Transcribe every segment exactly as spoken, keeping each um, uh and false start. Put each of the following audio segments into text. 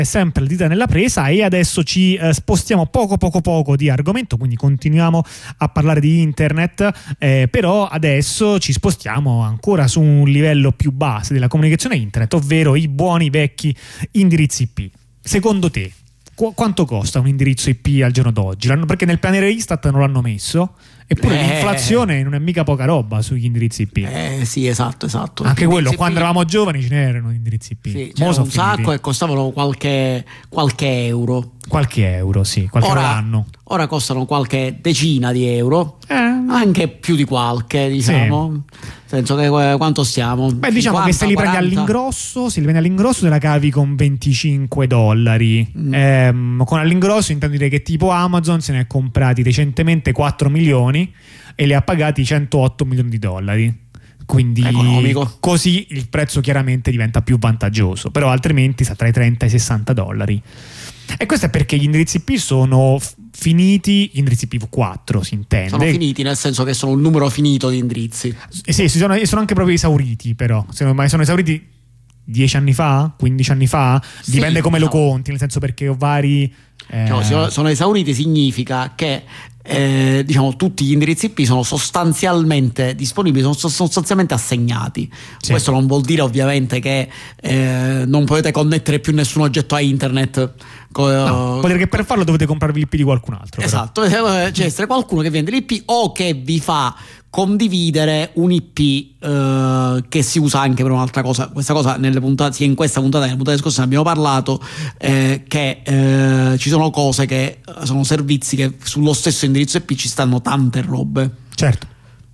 è sempre la dita nella presa, e adesso ci eh, spostiamo poco poco poco di argomento, quindi continuiamo a parlare di internet, eh, però adesso ci spostiamo ancora su un livello più base della comunicazione internet, ovvero i buoni vecchi indirizzi I P. Secondo te qu- quanto costa un indirizzo I P al giorno d'oggi? L'hanno, perché nel piano Istat non l'hanno messo, eppure eh, l'inflazione non è mica poca roba sugli indirizzi I P. Eh sì, esatto, esatto. Anche quello, indirizzi quando I P, eravamo giovani ce n'erano indirizzi I P. sì, c'era un sacco e costavano qualche, qualche euro. Qualche euro, sì, qualche ora, euro l'anno. Ora costano qualche decina di euro, eh. anche più di qualche, diciamo. Sì. Nel senso che eh, quanto stiamo? Beh, diciamo cinquanta, che se li prendi all'ingrosso, se li prendi all'ingrosso te la cavi con venticinque dollari. Mm. Ehm, con all'ingrosso intendo dire che tipo Amazon se ne è comprati recentemente quattro milioni e li ha pagati centootto milioni di dollari. Quindi economico. Così il prezzo chiaramente diventa più vantaggioso, però altrimenti sta tra i trenta e i sessanta dollari. E questo è perché gli indirizzi I P sono f- finiti, gli indirizzi I P v quattro si intende. Sono finiti nel senso che sono un numero finito di indirizzi. Eh sì, sono, sono anche proprio esauriti, però sono, ma sono esauriti dieci anni fa, quindici anni fa, sì, dipende come diciamo, lo conti, nel senso perché ho vari... Eh... Diciamo, sono esauriti significa che eh, diciamo tutti gli indirizzi I P sono sostanzialmente disponibili, sono sostanzialmente assegnati. Sì. Questo non vuol dire ovviamente che eh, non potete connettere più nessun oggetto a internet. Co- no, vuol dire che per farlo dovete comprarvi l'I P di qualcun altro. Esatto, c'è cioè essere qualcuno che vende l'I P o che vi fa condividere un I P eh, che si usa anche per un'altra cosa. Questa cosa nelle puntate, sia in questa puntata che nelle puntate scorse ne abbiamo parlato, eh, che eh, ci sono cose che sono servizi che sullo stesso indirizzo I P ci stanno tante robe. Certo.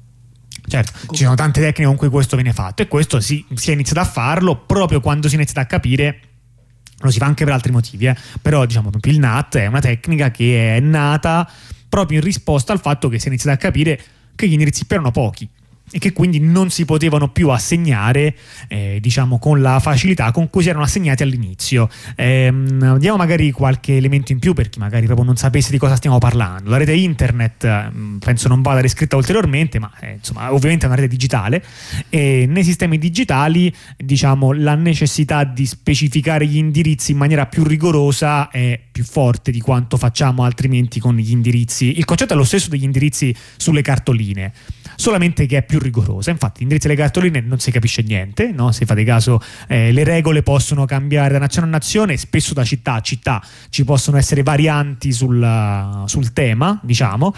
Certo, ci sono tante tecniche con cui questo viene fatto, e questo si, si è iniziato a farlo proprio quando si è iniziato a capire. Lo si fa anche per altri motivi, eh. Però diciamo il N A T è una tecnica che è nata proprio in risposta al fatto che si è iniziato a capire che gli indirizzi I P erano pochi e che quindi non si potevano più assegnare eh, diciamo con la facilità con cui si erano assegnati all'inizio. Ehm, diamo magari qualche elemento in più per chi magari proprio non sapesse di cosa stiamo parlando. La rete internet penso non vada descritta ulteriormente, ma eh, insomma ovviamente è una rete digitale, e nei sistemi digitali diciamo la necessità di specificare gli indirizzi in maniera più rigorosa è più forte di quanto facciamo altrimenti con gli indirizzi. Il concetto è lo stesso degli indirizzi sulle cartoline, solamente che è più rigorosa. Infatti, gli indirizzi delle cartoline non si capisce niente, no? Se fate caso, eh, le regole possono cambiare da nazione a nazione, spesso da città a città ci possono essere varianti sul, sul tema, diciamo.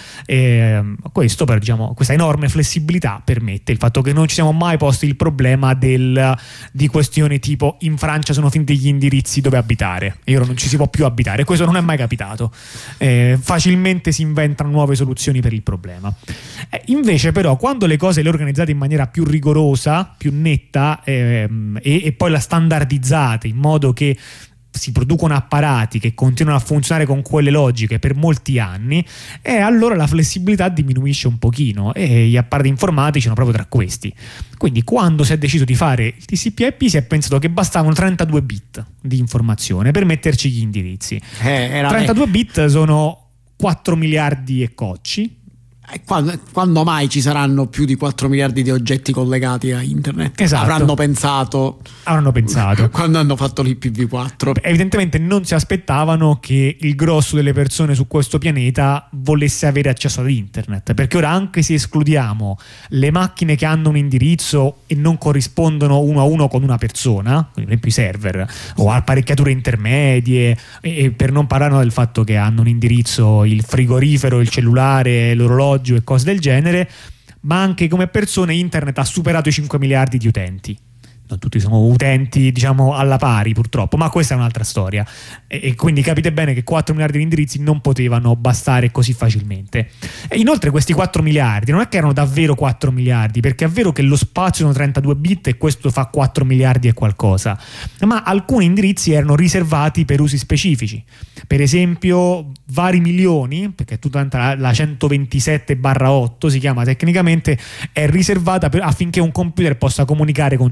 E questo, per, diciamo, questa enorme flessibilità permette il fatto che non ci siamo mai posti il problema del, di questioni tipo in Francia sono finiti gli indirizzi dove abitare e ora non ci si può più abitare. Questo non è mai capitato. Eh, facilmente si inventano nuove soluzioni per il problema. Eh, invece, però, quando le cose le organizzate in maniera più rigorosa, più netta ehm, e, e poi la standardizzate in modo che si producono apparati che continuano a funzionare con quelle logiche per molti anni, e allora la flessibilità diminuisce un pochino, e gli apparati informatici sono proprio tra questi. Quindi quando si è deciso di fare il T C P I P si è pensato che bastavano trentadue bit di informazione per metterci gli indirizzi. eh, era trentadue bit sono quattro miliardi e cocci. Quando, quando mai ci saranno più di quattro miliardi di oggetti collegati a internet? Esatto. Avranno pensato Avranno pensato quando hanno fatto l'I P v quattro. Evidentemente non si aspettavano che il grosso delle persone su questo pianeta volesse avere accesso ad internet, perché ora, anche se escludiamo le macchine che hanno un indirizzo e non corrispondono uno a uno con una persona, per esempio i server o apparecchiature intermedie, e per non parlare del fatto che hanno un indirizzo il frigorifero, il cellulare, l'orologio e cose del genere, ma anche come persone internet ha superato i cinque miliardi di utenti. Non tutti sono utenti, diciamo, alla pari purtroppo, ma questa è un'altra storia, e, e quindi capite bene che quattro miliardi di indirizzi non potevano bastare così facilmente. E inoltre questi quattro miliardi non è che erano davvero quattro miliardi, perché è vero che lo spazio sono trentadue bit e questo fa quattro miliardi e qualcosa, ma alcuni indirizzi erano riservati per usi specifici. Per esempio vari milioni, perché tutta la, la centoventisette barra otto si chiama tecnicamente, è riservata per, affinché un computer possa comunicare con se stesso.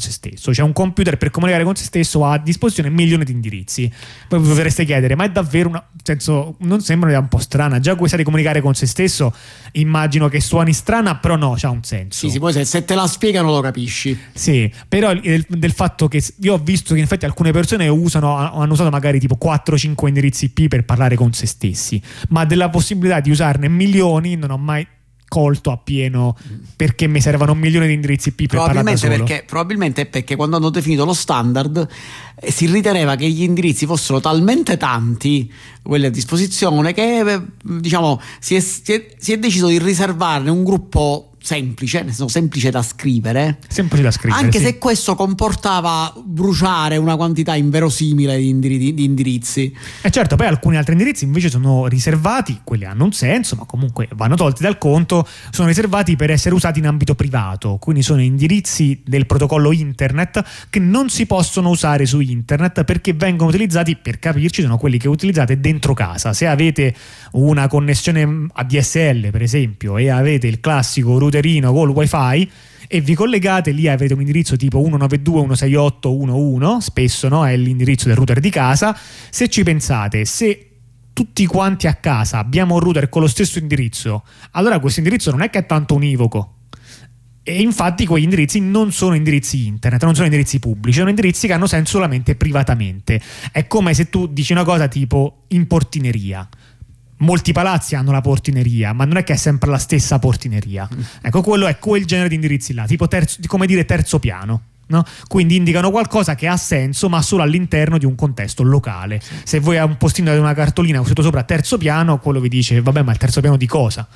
stesso, cioè un computer per comunicare con se stesso ha a disposizione milioni di indirizzi. Poi vi potreste chiedere, ma è davvero una, senso, non sembra un'idea un po' strana? Già questa di comunicare con se stesso immagino che suoni strana, però no, c'ha un senso. Sì, sì, poi se, se te la spiegano lo capisci. Sì, però del, del fatto che io ho visto che in effetti alcune persone usano, hanno usato magari tipo quattro cinque indirizzi I P per parlare con se stessi, ma della possibilità di usarne milioni non ho mai colto appieno perché mi servono un milione di indirizzi I P per parlare da solo. Perché, probabilmente perché quando hanno definito lo standard eh, si riteneva che gli indirizzi fossero talmente tanti, quelli a disposizione, che eh, diciamo si è, si, è, si è deciso di riservarne un gruppo semplice, nel senso semplice da scrivere, semplice da scrivere anche sì. se questo comportava bruciare una quantità inverosimile di, indiri- di indirizzi. E certo, poi alcuni altri indirizzi invece sono riservati, quelli hanno un senso, ma comunque vanno tolti dal conto, sono riservati per essere usati in ambito privato, quindi sono indirizzi del protocollo internet che non si possono usare su internet perché vengono utilizzati, per capirci, sono quelli che utilizzate dentro casa. Se avete una connessione A D S L per esempio e avete il classico routerino col wifi e vi collegate, lì avete un indirizzo tipo uno nove due uno sei otto uno uno, spesso no? È l'indirizzo del router di casa. Se ci pensate, se tutti quanti a casa abbiamo un router con lo stesso indirizzo, allora questo indirizzo non è che è tanto univoco. E infatti quegli indirizzi non sono indirizzi internet, non sono indirizzi pubblici, sono indirizzi che hanno senso solamente privatamente. È come se tu dici una cosa tipo in portineria. Molti palazzi hanno la portineria, ma non è che è sempre la stessa portineria. Ecco, quello è quel genere di indirizzi là, tipo terzo, come dire terzo piano. No? Quindi indicano qualcosa che ha senso ma solo all'interno di un contesto locale. Se voi a un postino di una cartolina scritto sopra terzo piano, quello vi dice vabbè, ma il terzo piano di cosa?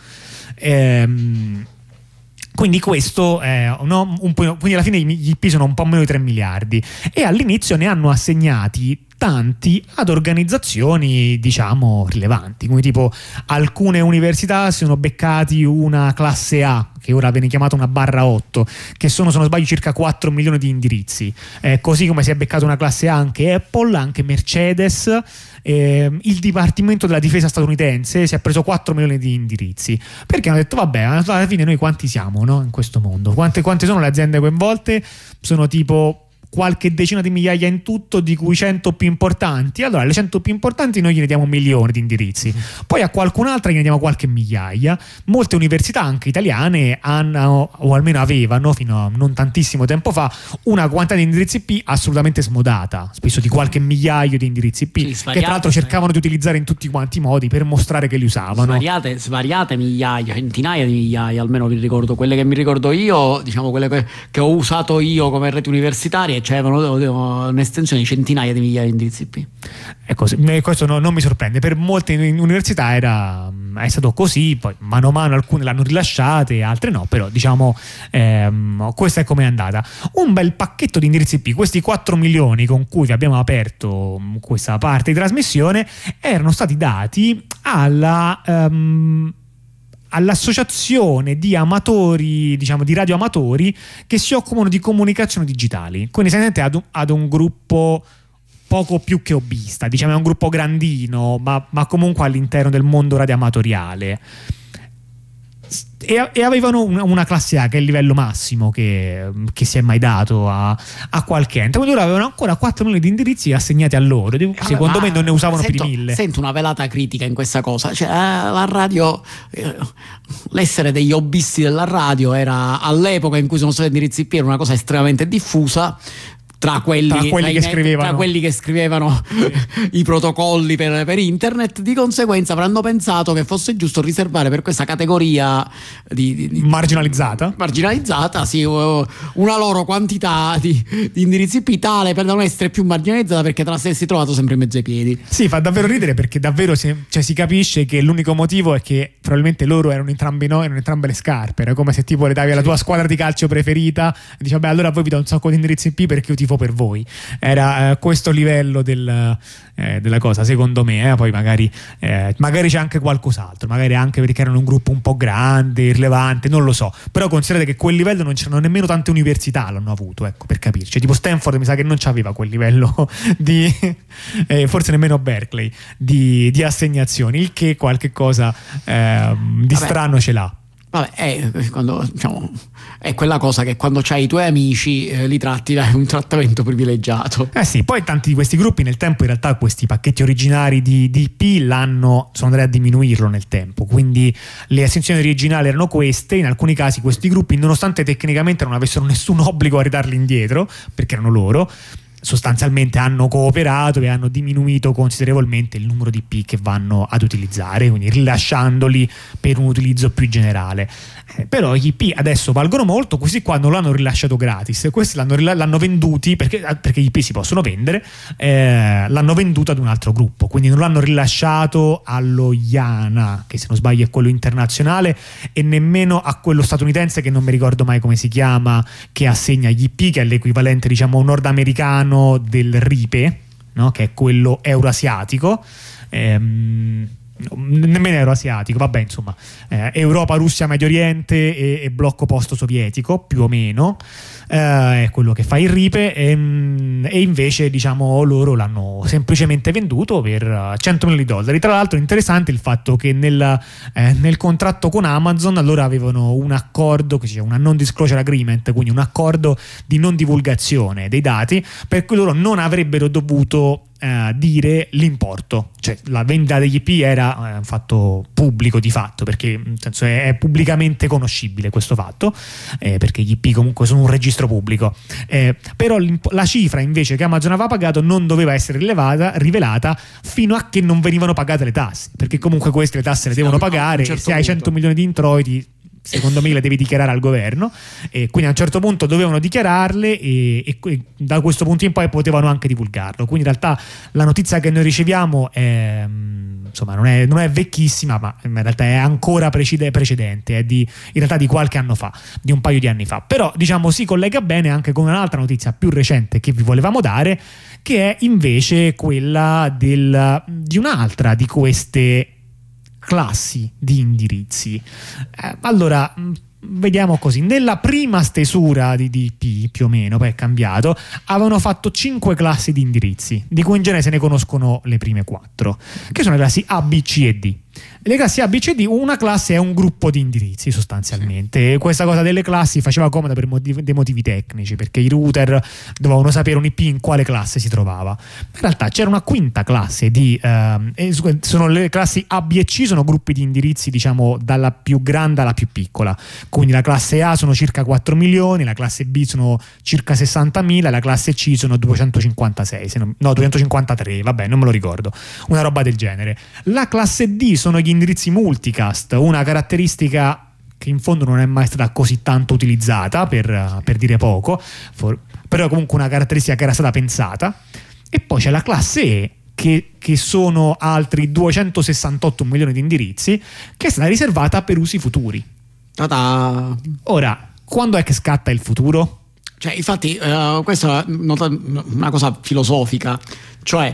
Ehm, quindi questo è no? un po', quindi alla fine gli I P sono un po' meno di tre miliardi e all'inizio ne hanno assegnati tanti ad organizzazioni diciamo rilevanti, come tipo alcune università si sono beccati una classe A che ora viene chiamata una barra otto, che sono, se non sbaglio, circa quattro milioni di indirizzi, eh, così come si è beccata una classe A anche Apple, anche Mercedes, eh, il Dipartimento della Difesa statunitense si è preso quattro milioni di indirizzi, perché hanno detto vabbè, alla fine noi quanti siamo, no? In questo mondo, quante, quante sono le aziende coinvolte? Sono tipo qualche decina di migliaia in tutto, di cui cento più importanti. Allora le cento più importanti noi gliene diamo milioni di indirizzi, poi a qualcun'altra gliene diamo qualche migliaia. Molte università anche italiane hanno, o almeno avevano fino a non tantissimo tempo fa, una quantità di indirizzi I P assolutamente smodata, spesso di qualche migliaio di indirizzi I P, sì, svariate, che tra l'altro cercavano di utilizzare in tutti quanti i modi per mostrare che li usavano. Svariate, svariate migliaia, centinaia di migliaia, almeno vi ricordo quelle che mi ricordo io, diciamo quelle che, che ho usato io come rete universitaria, cioè avevano un'estensione di centinaia di migliaia di indirizzi I P. Ecco, questo no, non mi sorprende. Per molte università era, è stato così, poi mano a mano alcune l'hanno rilasciate, altre no, però diciamo ehm, questa è come è andata. Un bel pacchetto di indirizzi I P, questi quattro milioni con cui vi abbiamo aperto questa parte di trasmissione erano stati dati alla um, all'associazione di amatori, diciamo di radioamatori che si occupano di comunicazione digitali, quindi sentite ad un, ad un gruppo poco più che hobbista, diciamo è un gruppo grandino ma, ma comunque all'interno del mondo radioamatoriale, e, e avevano una, una classe A che è il livello massimo che, che si è mai dato a, a qualche ente, quindi loro avevano ancora quattro milioni di indirizzi assegnati a loro. Secondo me non ne usavano sento, più di mille. Sento una velata critica in questa cosa, cioè la radio, l'essere degli hobbisti della radio era, all'epoca in cui sono stati indirizzi I P, era una cosa estremamente diffusa tra quelli, tra quelli, tra che, net, scrivevano. tra quelli che scrivevano i protocolli per, per internet. Di conseguenza avranno pensato che fosse giusto riservare per questa categoria di, di, di, marginalizzata marginalizzata sì, una loro quantità di, di indirizzi I P tale per non essere più marginalizzata, perché te la stessi trovato sempre in mezzo ai piedi. Sì, fa davvero ridere, perché davvero si, cioè, si capisce che l'unico motivo è che probabilmente loro erano entrambi noi, erano entrambe le scarpe. Era come se tipo le davi alla tua squadra di calcio preferita e dici vabbè, allora voi vi do un sacco di indirizzi I P perché io tifo per voi. Era eh, questo livello del, eh, della cosa, secondo me. Eh, poi magari, eh, magari c'è anche qualcos'altro, magari anche perché erano un gruppo un po' grande, irrilevante, non lo so. Però considerate che quel livello non c'erano nemmeno tante università l'hanno avuto, ecco, per capirci. Tipo Stanford mi sa che non c'aveva quel livello di eh, forse nemmeno Berkeley di, di assegnazioni, il che qualche cosa eh, di Vabbè. strano ce l'ha. Vabbè, è, quando, diciamo, è quella cosa che quando c'hai i tuoi amici eh, li tratti da un trattamento privilegiato. Eh sì, poi tanti di questi gruppi nel tempo in realtà questi pacchetti originari di, di I P l'hanno, sono andati a diminuirlo nel tempo, quindi le estensioni originali erano queste, in alcuni casi questi gruppi nonostante tecnicamente non avessero nessun obbligo a ridarli indietro, perché erano loro, sostanzialmente hanno cooperato e hanno diminuito considerevolmente il numero di I P che vanno ad utilizzare, quindi rilasciandoli per un utilizzo più generale. Eh, però gli I P adesso valgono molto, questi qua non l'hanno rilasciato gratis, questi l'hanno, l'hanno venduti perché, perché gli I P si possono vendere, eh, l'hanno venduto ad un altro gruppo, quindi non l'hanno rilasciato allo I A N A, che se non sbaglio è quello internazionale, e nemmeno a quello statunitense che non mi ricordo mai come si chiama, che assegna gli I P, che è l'equivalente diciamo nordamericano del RIPE, no? Che è quello eurasiatico, ehm, nemmeno euroasiatico, vabbè, insomma, eh, Europa, Russia, Medio Oriente e, e blocco post-sovietico più o meno, eh, è quello che fa il RIPE, e, e invece diciamo loro l'hanno semplicemente venduto per cento milioni di dollari. Tra l'altro interessante il fatto che nel, eh, nel contratto con Amazon allora avevano un accordo, che si chiama una non disclosure agreement, quindi un accordo di non divulgazione dei dati, per cui loro non avrebbero dovuto Uh, dire l'importo, cioè la vendita degli I P era uh, un fatto pubblico di fatto, perché nel senso è, è pubblicamente conoscibile questo fatto, eh, perché gli I P comunque sono un registro pubblico, eh, però la cifra invece che Amazon aveva pagato non doveva essere rilevata, rivelata fino a che non venivano pagate le tasse, perché comunque queste le tasse le devono pagare, certo, se hai cento milioni di introiti secondo me le devi dichiarare al governo, e quindi a un certo punto dovevano dichiararle e, e da questo punto in poi potevano anche divulgarlo. Quindi in realtà la notizia che noi riceviamo è, insomma, non è, non è vecchissima, ma in realtà è ancora precedente, è di, in realtà di qualche anno fa, di un paio di anni fa, però diciamo si collega bene anche con un'altra notizia più recente che vi volevamo dare, che è invece quella del, di un'altra di queste classi di indirizzi. Eh, allora, vediamo così: nella prima stesura di D P, più o meno, poi è cambiato, avevano fatto cinque classi di indirizzi, di cui in genere se ne conoscono le prime quattro, che sono le classi A, B, C e D. Le classi A, B, C, D, una classe è un gruppo di indirizzi sostanzialmente. Questa cosa delle classi faceva comoda per motivi, dei motivi tecnici, perché i router dovevano sapere un I P in quale classe si trovava. In realtà c'era una quinta classe di eh, sono le classi A, B e C, sono gruppi di indirizzi diciamo dalla più grande alla più piccola, quindi la classe A sono circa quattro milioni, la classe B sono circa sessantamila e la classe C sono duecentocinquantasei, se non, no duecentocinquantatré, vabbè non me lo ricordo, una roba del genere. La classe D sono gli indirizzi multicast, una caratteristica che in fondo non è mai stata così tanto utilizzata, per, per dire poco, for, però comunque una caratteristica che era stata pensata. E poi c'è la classe E, che, che sono altri duecentosessantotto milioni di indirizzi, che è stata riservata per usi futuri. Ta-da. Ora, quando è che scatta il futuro? Cioè, infatti, uh, questa è una cosa filosofica, cioè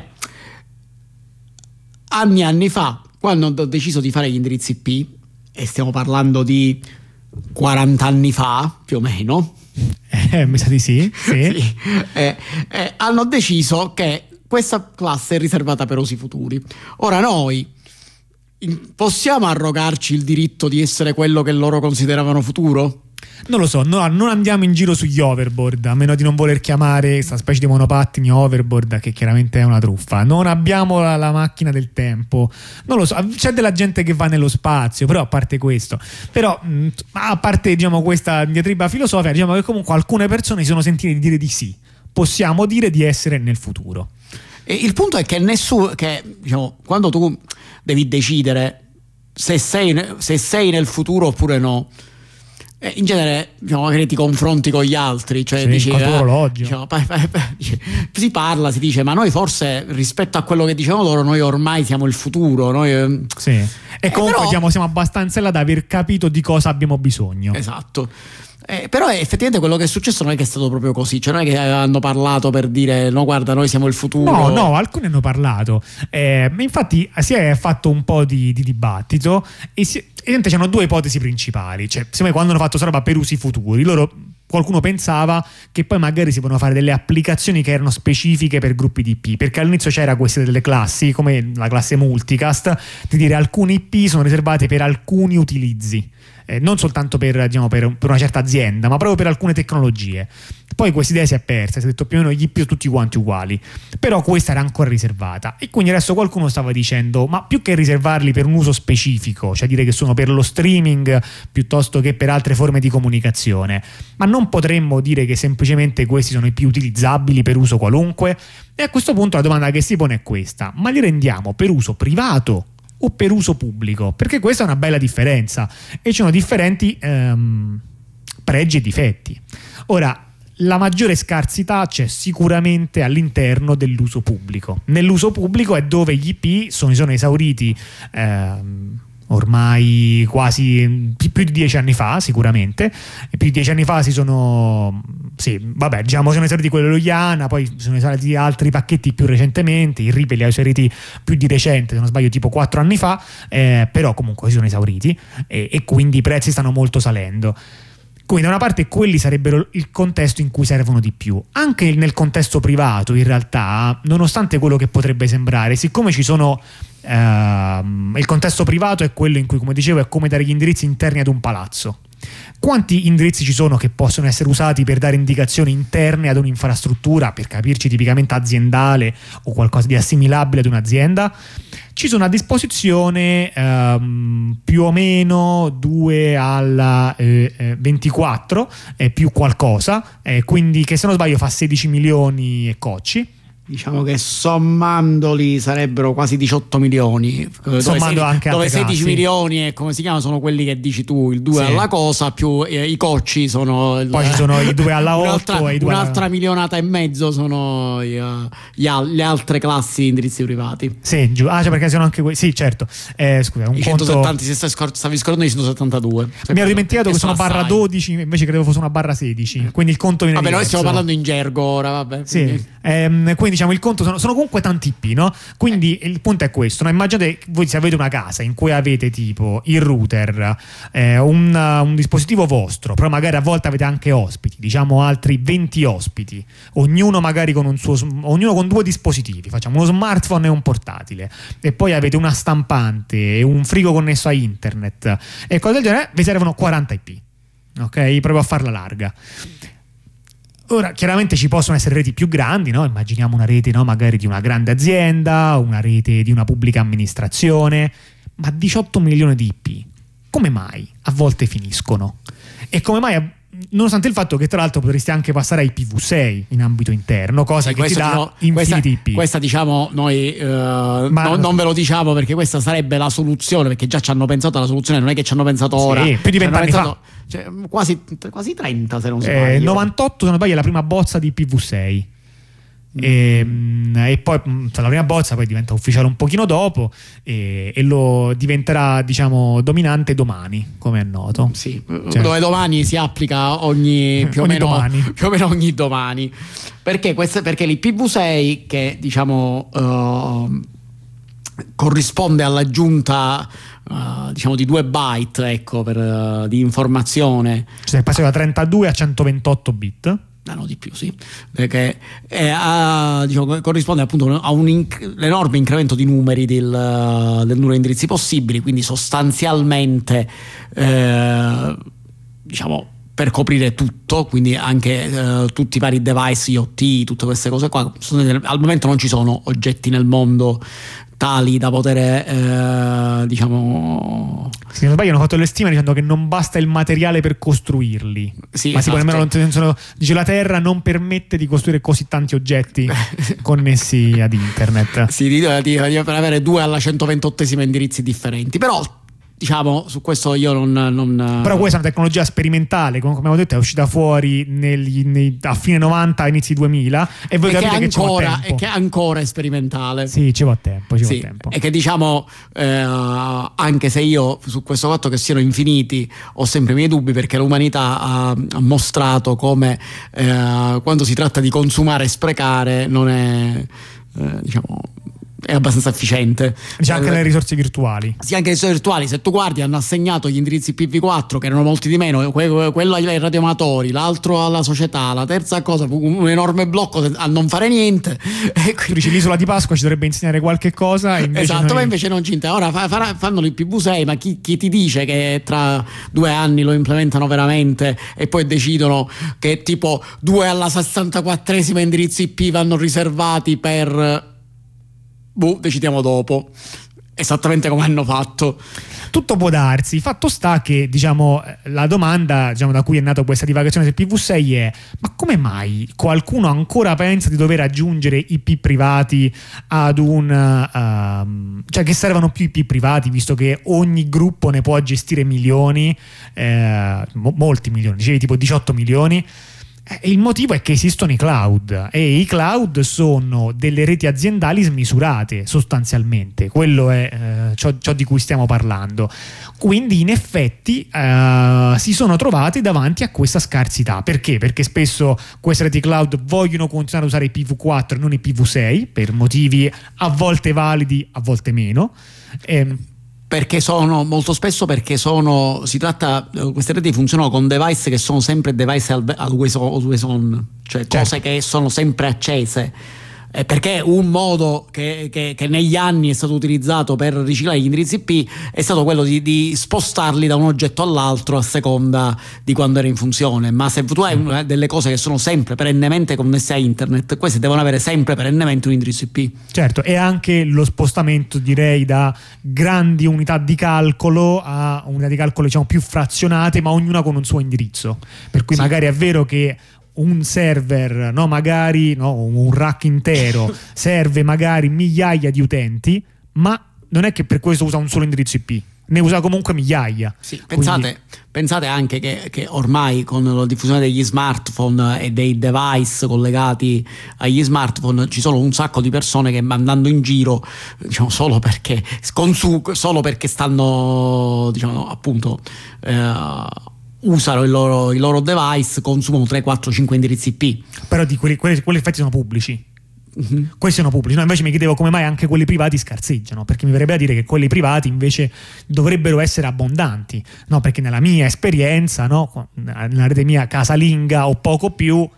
anni e anni fa, quando ho deciso di fare gli indirizzi I P, e stiamo parlando di quaranta anni fa più o meno, eh, mi sa di sì, sì. sì eh, eh, hanno deciso che questa classe è riservata per usi futuri. Ora noi possiamo arrogarci il diritto di essere quello che loro consideravano futuro? Non lo so, no, non andiamo in giro sugli overboard, a meno di non voler chiamare questa specie di monopattini overboard, che chiaramente è una truffa. Non abbiamo la, la macchina del tempo, non lo so, c'è della gente che va nello spazio, però a parte questo, però mh, a parte diciamo questa diatriba filosofica, diciamo che comunque alcune persone si sono sentite dire di sì, possiamo dire di essere nel futuro. E il punto è che nessuno, che diciamo, quando tu devi decidere se sei, se sei nel futuro oppure no, eh, in genere diciamo che ti confronti con gli altri, cioè sì, dici, eh, diciamo, pa, pa, pa, dice, si parla, si dice, ma noi forse rispetto a quello che dicevano loro, noi ormai siamo il futuro, noi, sì. E eh, comunque però, diciamo, siamo abbastanza là da aver capito di cosa abbiamo bisogno. Esatto. Eh, però effettivamente quello che è successo non è che è stato proprio così, cioè non è che hanno parlato per dire no guarda noi siamo il futuro. No, no, alcuni hanno parlato, eh, infatti si è fatto un po' di, di dibattito e si, evidentemente c'erano due ipotesi principali, cioè secondo me quando hanno fatto questa roba per usi futuri, loro, qualcuno pensava che poi magari si potevano fare delle applicazioni che erano specifiche per gruppi di I P, perché all'inizio c'era queste delle classi come la classe multicast, di dire alcuni I P sono riservate per alcuni utilizzi. eh, non soltanto per, diciamo, per, per una certa azienda, ma proprio per alcune tecnologie. Poi questa idea si è persa, si è detto più o meno gli I P tutti quanti uguali, però questa era ancora riservata, e quindi adesso qualcuno stava dicendo: ma più che riservarli per un uso specifico, cioè dire che sono per lo streaming piuttosto che per altre forme di comunicazione, ma non potremmo dire che semplicemente questi sono i più utilizzabili per uso qualunque? E a questo punto la domanda che si pone è questa: ma li rendiamo per uso privato o per uso pubblico? Perché questa è una bella differenza, e ci sono differenti ehm, pregi e difetti. Ora, la maggiore scarsità c'è sicuramente all'interno dell'uso pubblico. Nell'uso pubblico è dove gli I P sono, sono esauriti ehm, ormai quasi più di dieci anni fa, sicuramente. E più di dieci anni fa si sono, sì, vabbè, diciamo, sono esauriti quello dello IANA, poi sono esauriti altri pacchetti più recentemente. Il RIPE li ha esauriti più di recente, se non sbaglio tipo quattro anni fa, eh, però comunque si sono esauriti, e, e quindi i prezzi stanno molto salendo. Quindi da una parte quelli sarebbero il contesto in cui servono di più. Anche nel contesto privato, in realtà, nonostante quello che potrebbe sembrare, siccome ci sono ehm, il contesto privato è quello in cui, come dicevo, è come dare gli indirizzi interni ad un palazzo. Quanti indirizzi ci sono che possono essere usati per dare indicazioni interne ad un'infrastruttura, per capirci tipicamente aziendale o qualcosa di assimilabile ad un'azienda? Ci sono a disposizione ehm, più o meno due alla eh, ventiquattro, eh, più qualcosa, eh, quindi che se non sbaglio fa sedici milioni e cocci. Diciamo che sommandoli sarebbero quasi diciotto milioni, sommando dove, anche dove sedici classi. Milioni e come si chiama sono quelli che dici tu, il due sì. alla cosa più eh, i cocci sono il, poi ci sono i due alla otto e i due un'altra alla... milionata e mezzo sono gli, gli al, le altre classi di indirizzi privati. Sì, giù. Ah, cioè perché sono anche quelli. Sì, certo. Eh, scusa, un I conto... centosettanta, se stai scor- stavi scordando i centosettantadue. Mi ero dimenticato che, che sono barra assai. dodici, invece credevo fosse una barra sedici. Quindi il conto viene vabbè, diverso. noi stiamo parlando in gergo ora, vabbè. Sì. Quindi, ehm, quindi diciamo il conto sono, sono comunque tanti I P, no? Quindi eh. il punto è questo, no? Immaginate voi se avete una casa in cui avete tipo il router, eh, un, un dispositivo vostro, però magari a volte avete anche ospiti, diciamo altri venti ospiti, ognuno magari con un suo, ognuno con due dispositivi, facciamo uno smartphone e un portatile, e poi avete una stampante e un frigo connesso a internet e cose del genere, vi servono quaranta I P, ok? Proprio a farla larga. Ora, chiaramente ci possono essere reti più grandi, no? Immaginiamo una rete, no? Magari di una grande azienda, una rete di una pubblica amministrazione, ma diciotto milioni di I P, come mai a volte finiscono? E come mai, nonostante il fatto che tra l'altro potresti anche passare a I P v sei in ambito interno, cosa sì, che ti dà diciamo, infiniti questa, I P. Questa diciamo noi eh, Ma, no, non ve lo diciamo perché questa sarebbe la soluzione, perché già ci hanno pensato alla soluzione, non è che ci hanno pensato ora. Sì, più di vent'anni fa. Cioè, quasi, quasi trenta se non sbaglio. Eh, novantotto se non sbaglio è la prima bozza di I P v sei. E, e poi cioè, la prima bozza poi diventa ufficiale un pochino dopo e, e lo diventerà diciamo dominante domani, come è noto. Sì, cioè, dove domani si applica ogni più o, ogni meno, domani. più o meno ogni domani. Perché, questo, perché l'I P v sei che diciamo uh, corrisponde all'aggiunta uh, diciamo di due byte, ecco, per, uh, di informazione, cioè passato da trentadue a centoventotto bit. No, no, di più, sì, perché è, a, diciamo, corrisponde appunto a un inc- l'enorme incremento di numeri del, del numero di indirizzi possibili, quindi sostanzialmente eh, diciamo per coprire tutto, quindi anche eh, tutti i vari device I O T, tutte queste cose qua. Al momento non ci sono oggetti nel mondo tali da poter eh, diciamo se non sbaglio hanno fatto le stime dicendo che non basta il materiale per costruirli, sì, ma esatto. Nemmeno, dice la Terra non permette di costruire così tanti oggetti connessi ad internet. Sì, di, di, di, per avere due alla centoventottesima indirizzi differenti, però diciamo su questo io non, non però questa è una tecnologia sperimentale, come abbiamo detto è uscita fuori negli, nei, a fine novanta inizi duemila e voi e capite che, che ancora, ci va tempo. E che ancora è sperimentale, sì, ci va tempo, ci sì, va tempo. E che diciamo eh, anche se io su questo fatto che siano infiniti ho sempre i miei dubbi, perché l'umanità ha, ha mostrato come eh, quando si tratta di consumare e sprecare non è eh, diciamo è abbastanza efficiente. C'è anche le risorse virtuali. Sì, anche le risorse virtuali. Se tu guardi, hanno assegnato gli indirizzi I P v quattro, che erano molti di meno, quello ai radioamatori, l'altro alla società, la terza cosa, un enorme blocco a non fare niente. Tu dici l'isola di Pasqua ci dovrebbe insegnare qualche cosa, invece esatto, noi... ma invece non ci interessa. Ora fa, fa, fanno l'I P v sei, ma chi, chi ti dice che tra due anni lo implementano veramente e poi decidono che tipo due alla sessantaquattresima indirizzi I P vanno riservati per... boh, decidiamo dopo, esattamente come hanno fatto. Tutto può darsi. Fatto sta che, diciamo, la domanda, diciamo, da cui è nata questa divagazione del I P v sei è: ma come mai qualcuno ancora pensa di dover aggiungere I P privati ad un uh, cioè che servano più I P privati, visto che ogni gruppo ne può gestire milioni, eh, mo- molti milioni, dicevi tipo diciotto milioni. Il motivo è che esistono i cloud, e i cloud sono delle reti aziendali smisurate, sostanzialmente. Quello è eh, ciò, ciò di cui stiamo parlando. Quindi in effetti eh, si sono trovati davanti a questa scarsità. Perché? Perché spesso queste reti cloud vogliono continuare a usare I P v quattro e non I P v sei, per motivi a volte validi, a volte meno. E, perché sono molto spesso perché sono si tratta queste reti funzionano con device che sono sempre device always on, cioè cose certo. che sono sempre accese, eh, perché un modo che, che, che negli anni è stato utilizzato per riciclare gli indirizzi I P è stato quello di, di spostarli da un oggetto all'altro a seconda di quando era in funzione. Ma se tu hai delle cose che sono sempre perennemente connesse a internet, queste devono avere sempre perennemente un indirizzo I P. Certo, e anche lo spostamento, direi, da grandi unità di calcolo a unità di calcolo, diciamo, più frazionate, ma ognuna con un suo indirizzo, per cui sì. magari è vero che un server, no, magari no, un rack intero serve magari migliaia di utenti, ma non è che per questo usa un solo indirizzo I P, ne usa comunque migliaia. Sì, pensate, Quindi... pensate anche che, che ormai con la diffusione degli smartphone e dei device collegati agli smartphone ci sono un sacco di persone che andando in giro, diciamo, solo perché consu- solo perché stanno, diciamo, appunto eh, usano il loro, il loro device, consumano tre, quattro, cinque indirizzi I P. Però di quelli, quelli, quelli effetti sono pubblici. Mm-hmm. Questi sono pubblici. No, invece mi chiedevo come mai anche quelli privati scarseggiano, perché mi verrebbe a dire che quelli privati invece dovrebbero essere abbondanti, no? Perché nella mia esperienza, no, nella rete mia casalinga o poco più,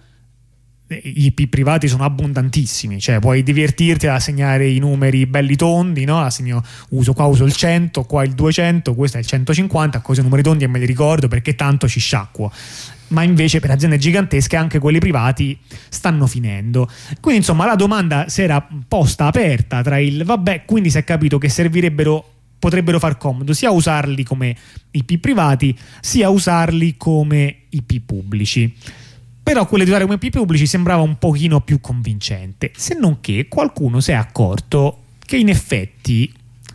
i I P privati sono abbondantissimi, cioè puoi divertirti ad assegnare i numeri belli tondi, no? Assegno, uso qua uso il cento, qua il duecento, questo è il centocinquanta, così numeri tondi e me li ricordo perché tanto ci sciacquo. Ma invece per aziende gigantesche anche quelli privati stanno finendo. Quindi insomma la domanda si era posta aperta tra il vabbè, quindi si è capito che servirebbero, potrebbero far comodo sia usarli come I P privati sia usarli come I P pubblici. Però quello di usare come I P pubblici sembrava un pochino più convincente, se non che qualcuno si è accorto che in effetti,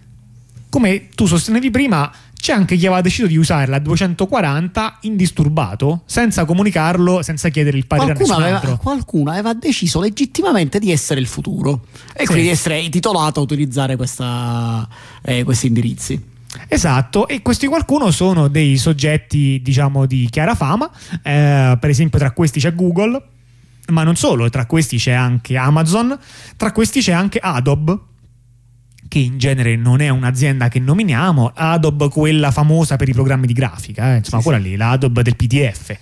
come tu sostenevi prima, c'è anche chi aveva deciso di usare la duecentoquaranta indisturbato, senza comunicarlo, senza chiedere il parere qualcuno a nessun aveva, altro. Qualcuno aveva deciso legittimamente di essere il futuro e sì. quindi di essere titolato a utilizzare questa, eh, questi indirizzi. Esatto, e questi qualcuno sono dei soggetti, diciamo, di chiara fama, eh, per esempio tra questi c'è Google, ma non solo, tra questi c'è anche Amazon, tra questi c'è anche Adobe, che in genere non è un'azienda che nominiamo. Adobe, quella famosa per i programmi di grafica, eh, insomma sì, quella sì. lì, l'Adobe del P D F,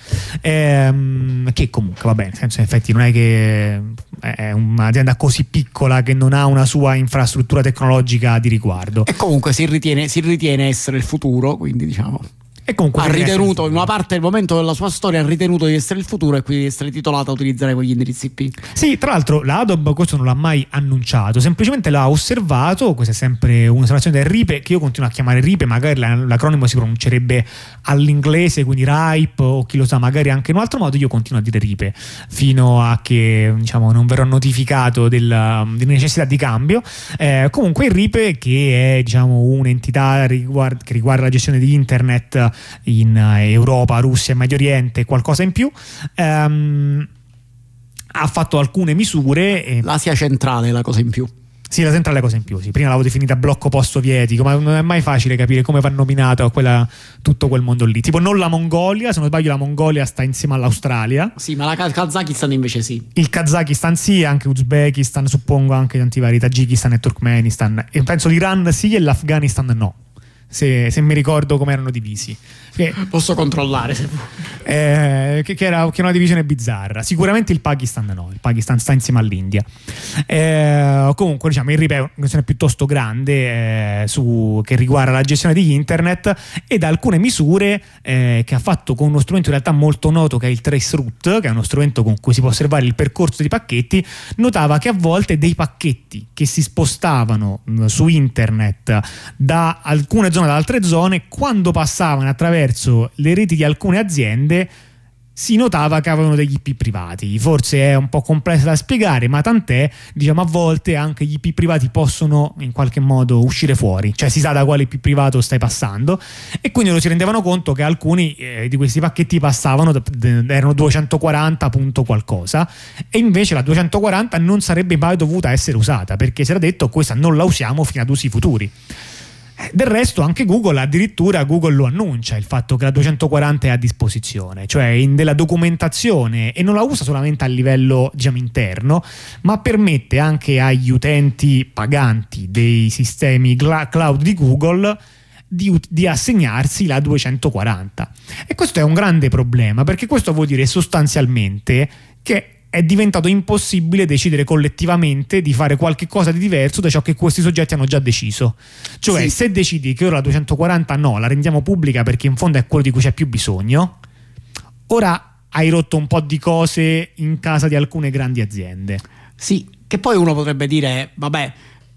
ehm, che comunque va bene, nel senso, in effetti non è che è un'azienda così piccola che non ha una sua infrastruttura tecnologica di riguardo, e comunque si ritiene, si ritiene essere il futuro, quindi diciamo e comunque ha ritenuto in una parte del momento della sua storia ha ritenuto di essere il futuro e quindi di essere titolato a utilizzare quegli indirizzi I P. Sì, tra l'altro l'Adobe questo non l'ha mai annunciato, semplicemente l'ha osservato. Questa è sempre un'osservazione del RIPE, che io continuo a chiamare RIPE, magari l'acronimo si pronuncerebbe all'inglese, quindi RIPE, o chi lo sa magari anche in un altro modo. Io continuo a dire RIPE fino a che, diciamo, non verrò notificato della, della necessità di cambio. Eh, comunque il RIPE, che è, diciamo, un'entità riguard- che riguarda la gestione di internet in Europa, Russia e Medio Oriente, qualcosa in più, ehm, ha fatto alcune misure. E... l'Asia centrale è la cosa in più. Sì, la centrale cosa in più, sì. Prima l'avevo definita blocco post-sovietico, ma non è mai facile capire come va nominato quella, tutto quel mondo lì. Tipo non la Mongolia, se non sbaglio la Mongolia sta insieme all'Australia. Sì, ma la Kazakistan invece sì. Il Kazakistan sì, anche Uzbekistan, suppongo anche tanti vari, Tagikistan e Turkmenistan. E penso l'Iran sì e l'Afghanistan no. Se, se mi ricordo come erano divisi. Che, posso controllare se eh, che, che, era, che era una divisione bizzarra. Sicuramente il Pakistan no, il Pakistan sta insieme all'India. Eh, comunque diciamo il R I P è una questione piuttosto grande eh, su, che riguarda la gestione di internet ed alcune misure eh, che ha fatto con uno strumento in realtà molto noto che è il Traceroute, che è uno strumento con cui si può osservare il percorso dei pacchetti. Notava che a volte dei pacchetti che si spostavano mh, su internet da alcune zone ad altre zone, quando passavano attraverso le reti di alcune aziende si notava che avevano degli I P privati. Forse è un po' complesso da spiegare, ma tant'è, diciamo, a volte anche gli I P privati possono in qualche modo uscire fuori, cioè si sa da quale I P privato stai passando, e quindi loro si rendevano conto che alcuni eh, di questi pacchetti passavano, erano duecentoquaranta punto qualcosa, e invece la duecentoquaranta non sarebbe mai dovuta essere usata, perché si era detto questa non la usiamo fino ad usi futuri. Del resto anche Google, addirittura Google lo annuncia, il fatto che la duecentoquaranta è a disposizione, cioè in della documentazione, e non la usa solamente a livello diciamo interno, ma permette anche agli utenti paganti dei sistemi cloud di Google di, di assegnarsi la duecentoquaranta. E questo è un grande problema, perché questo vuol dire sostanzialmente che è diventato impossibile decidere collettivamente di fare qualche cosa di diverso da ciò che questi soggetti hanno già deciso. Cioè, sì, se decidi che ora la duecentoquaranta no, la rendiamo pubblica perché in fondo è quello di cui c'è più bisogno, ora hai rotto un po' di cose in casa di alcune grandi aziende. Sì, che poi uno potrebbe dire, vabbè,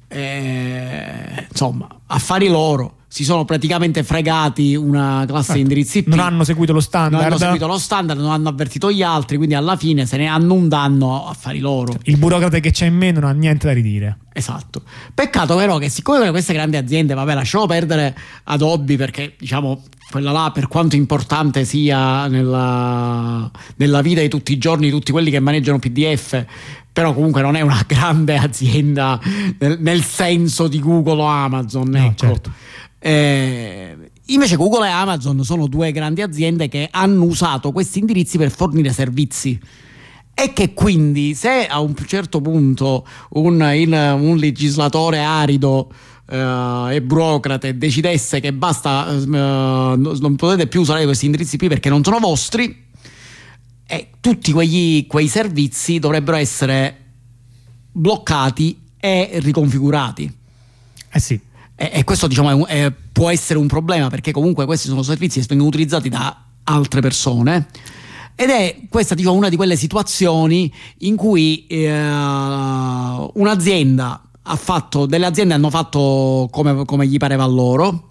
eh, insomma, affari loro, si sono praticamente fregati una classe di indirizzi I P, non hanno seguito lo standard, non hanno seguito lo standard, non hanno avvertito gli altri, quindi alla fine se ne hanno un danno affari loro. Il burocrate che c'è in me non ha niente da ridire. Esatto. Peccato però che siccome queste grandi aziende, vabbè, lasciamo perdere Adobe, perché diciamo quella là, per quanto importante sia nella, nella vita di tutti i giorni, tutti quelli che maneggiano P D F, però comunque non è una grande azienda nel, nel senso di Google o Amazon, no, ecco. Certo. Eh, invece Google e Amazon sono due grandi aziende che hanno usato questi indirizzi per fornire servizi, e che quindi se a un certo punto un, in, un legislatore arido Uh, e burocrate decidesse che basta, uh, non potete più usare questi indirizzi qui perché non sono vostri, e tutti quegli, quei servizi dovrebbero essere bloccati e riconfigurati. Eh sì. E, e questo diciamo è un, è, può essere un problema, perché comunque questi sono servizi che vengono utilizzati da altre persone, ed è questa diciamo una di quelle situazioni in cui eh, un'azienda ha fatto, delle aziende hanno fatto come, come gli pareva a loro,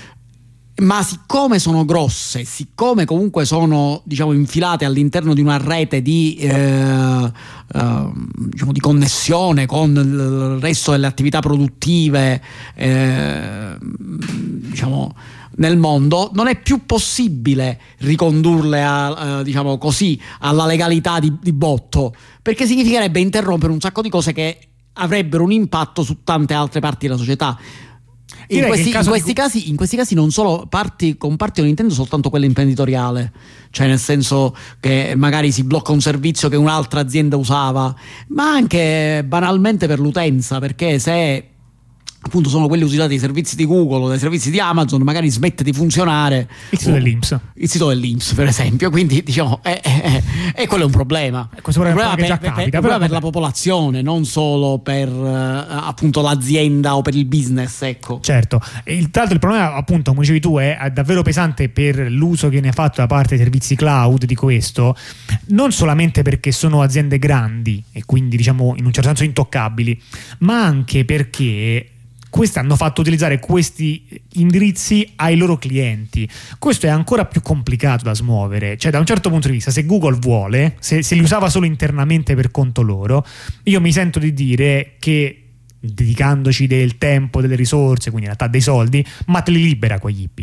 ma siccome sono grosse, siccome comunque sono diciamo infilate all'interno di una rete di, eh, eh, diciamo, di connessione con il resto delle attività produttive eh, diciamo nel mondo, non è più possibile ricondurle a, eh, diciamo così alla legalità di, di botto, perché significherebbe interrompere un sacco di cose che avrebbero un impatto su tante altre parti della società. In questi, in, questi di... casi, in questi casi non solo parti, con parti non intendo soltanto quella imprenditoriale, cioè nel senso che magari si blocca un servizio che un'altra azienda usava, ma anche banalmente per l'utenza, perché se appunto sono quelli usati dai servizi di Google o dai servizi di Amazon, magari smette di funzionare il sito dell'I N P S, il sito dell'I N P S per esempio, quindi diciamo è, è, è, è quello è un problema, questo è un problema, problema, che per, già capita, per, però per la popolazione, non solo per uh, appunto l'azienda o per il business, ecco. Certo, e il, tra l'altro il problema appunto come dicevi tu è, è davvero pesante per l'uso che ne è fatto da parte dei servizi cloud di questo, non solamente perché sono aziende grandi e quindi diciamo in un certo senso intoccabili, ma anche perché questi hanno fatto utilizzare questi indirizzi ai loro clienti. Questo è ancora più complicato da smuovere, cioè da un certo punto di vista, se Google vuole, se, se li usava solo internamente per conto loro, io mi sento di dire che dedicandoci del tempo, delle risorse, quindi in realtà dei soldi, ma te li libera quegli I P,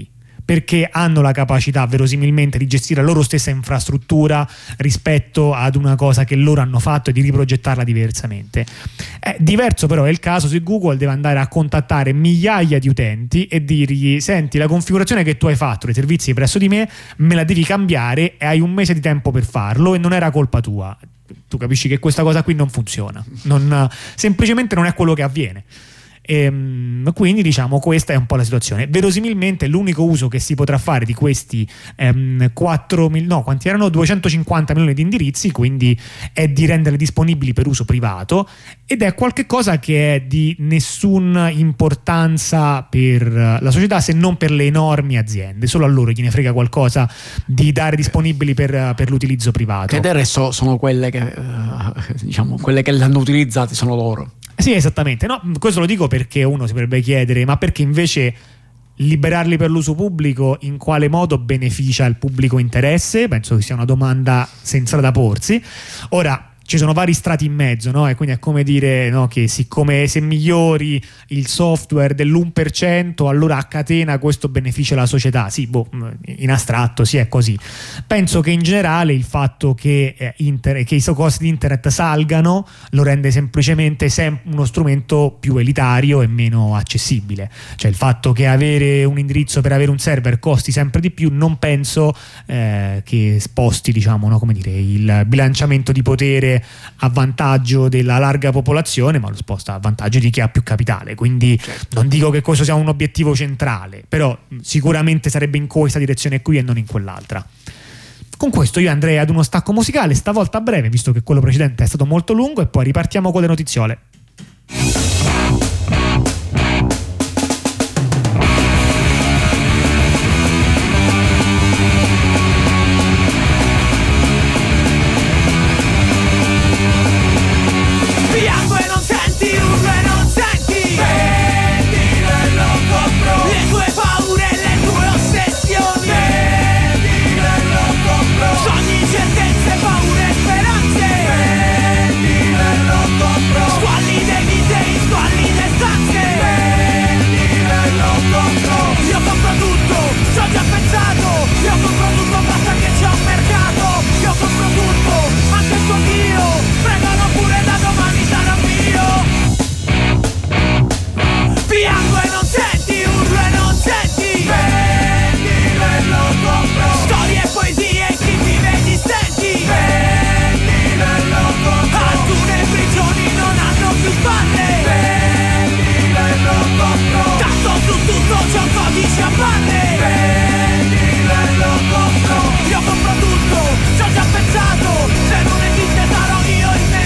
perché hanno la capacità verosimilmente di gestire la loro stessa infrastruttura rispetto ad una cosa che loro hanno fatto e di riprogettarla diversamente. È diverso però è il caso se Google deve andare a contattare migliaia di utenti e dirgli: senti, la configurazione che tu hai fatto dei servizi presso di me me la devi cambiare e hai un mese di tempo per farlo e non era colpa tua. Tu capisci che questa cosa qui non funziona, non, semplicemente non è quello che avviene. E quindi diciamo questa è un po' la situazione. Verosimilmente l'unico uso che si potrà fare di questi ehm, quattro mil, no, quanti erano? duecentocinquanta milioni di indirizzi, quindi è di renderli disponibili per uso privato, ed è qualcosa che è di nessuna importanza per la società se non per le enormi aziende. Solo a loro gliene frega qualcosa di dare disponibili per, per l'utilizzo privato, che del resto sono quelle che uh, diciamo quelle che l'hanno utilizzati sono loro. Sì, esattamente. No, questo lo dico perché uno si potrebbe chiedere: ma perché invece liberarli per l'uso pubblico in quale modo beneficia il pubblico interesse? Penso che sia una domanda sensata da porsi. Ora, ci sono vari strati in mezzo, no? E quindi è come dire, no, che siccome se migliori il software dell'uno per cento allora a catena questo beneficia la società. Sì, boh, in astratto sì, è così. Penso che in generale il fatto che, eh, inter- che i costi di internet salgano lo rende semplicemente sem- uno strumento più elitario e meno accessibile. Cioè il fatto che avere un indirizzo per avere un server costi sempre di più non penso eh, che sposti, diciamo, no, come dire, il bilanciamento di potere a vantaggio della larga popolazione, ma lo sposta a vantaggio di chi ha più capitale. Quindi certo, non dico che questo sia un obiettivo centrale, però sicuramente sarebbe in questa direzione qui e non in quell'altra. Con questo io andrei ad uno stacco musicale, stavolta breve visto che quello precedente è stato molto lungo, e poi ripartiamo con le notiziole.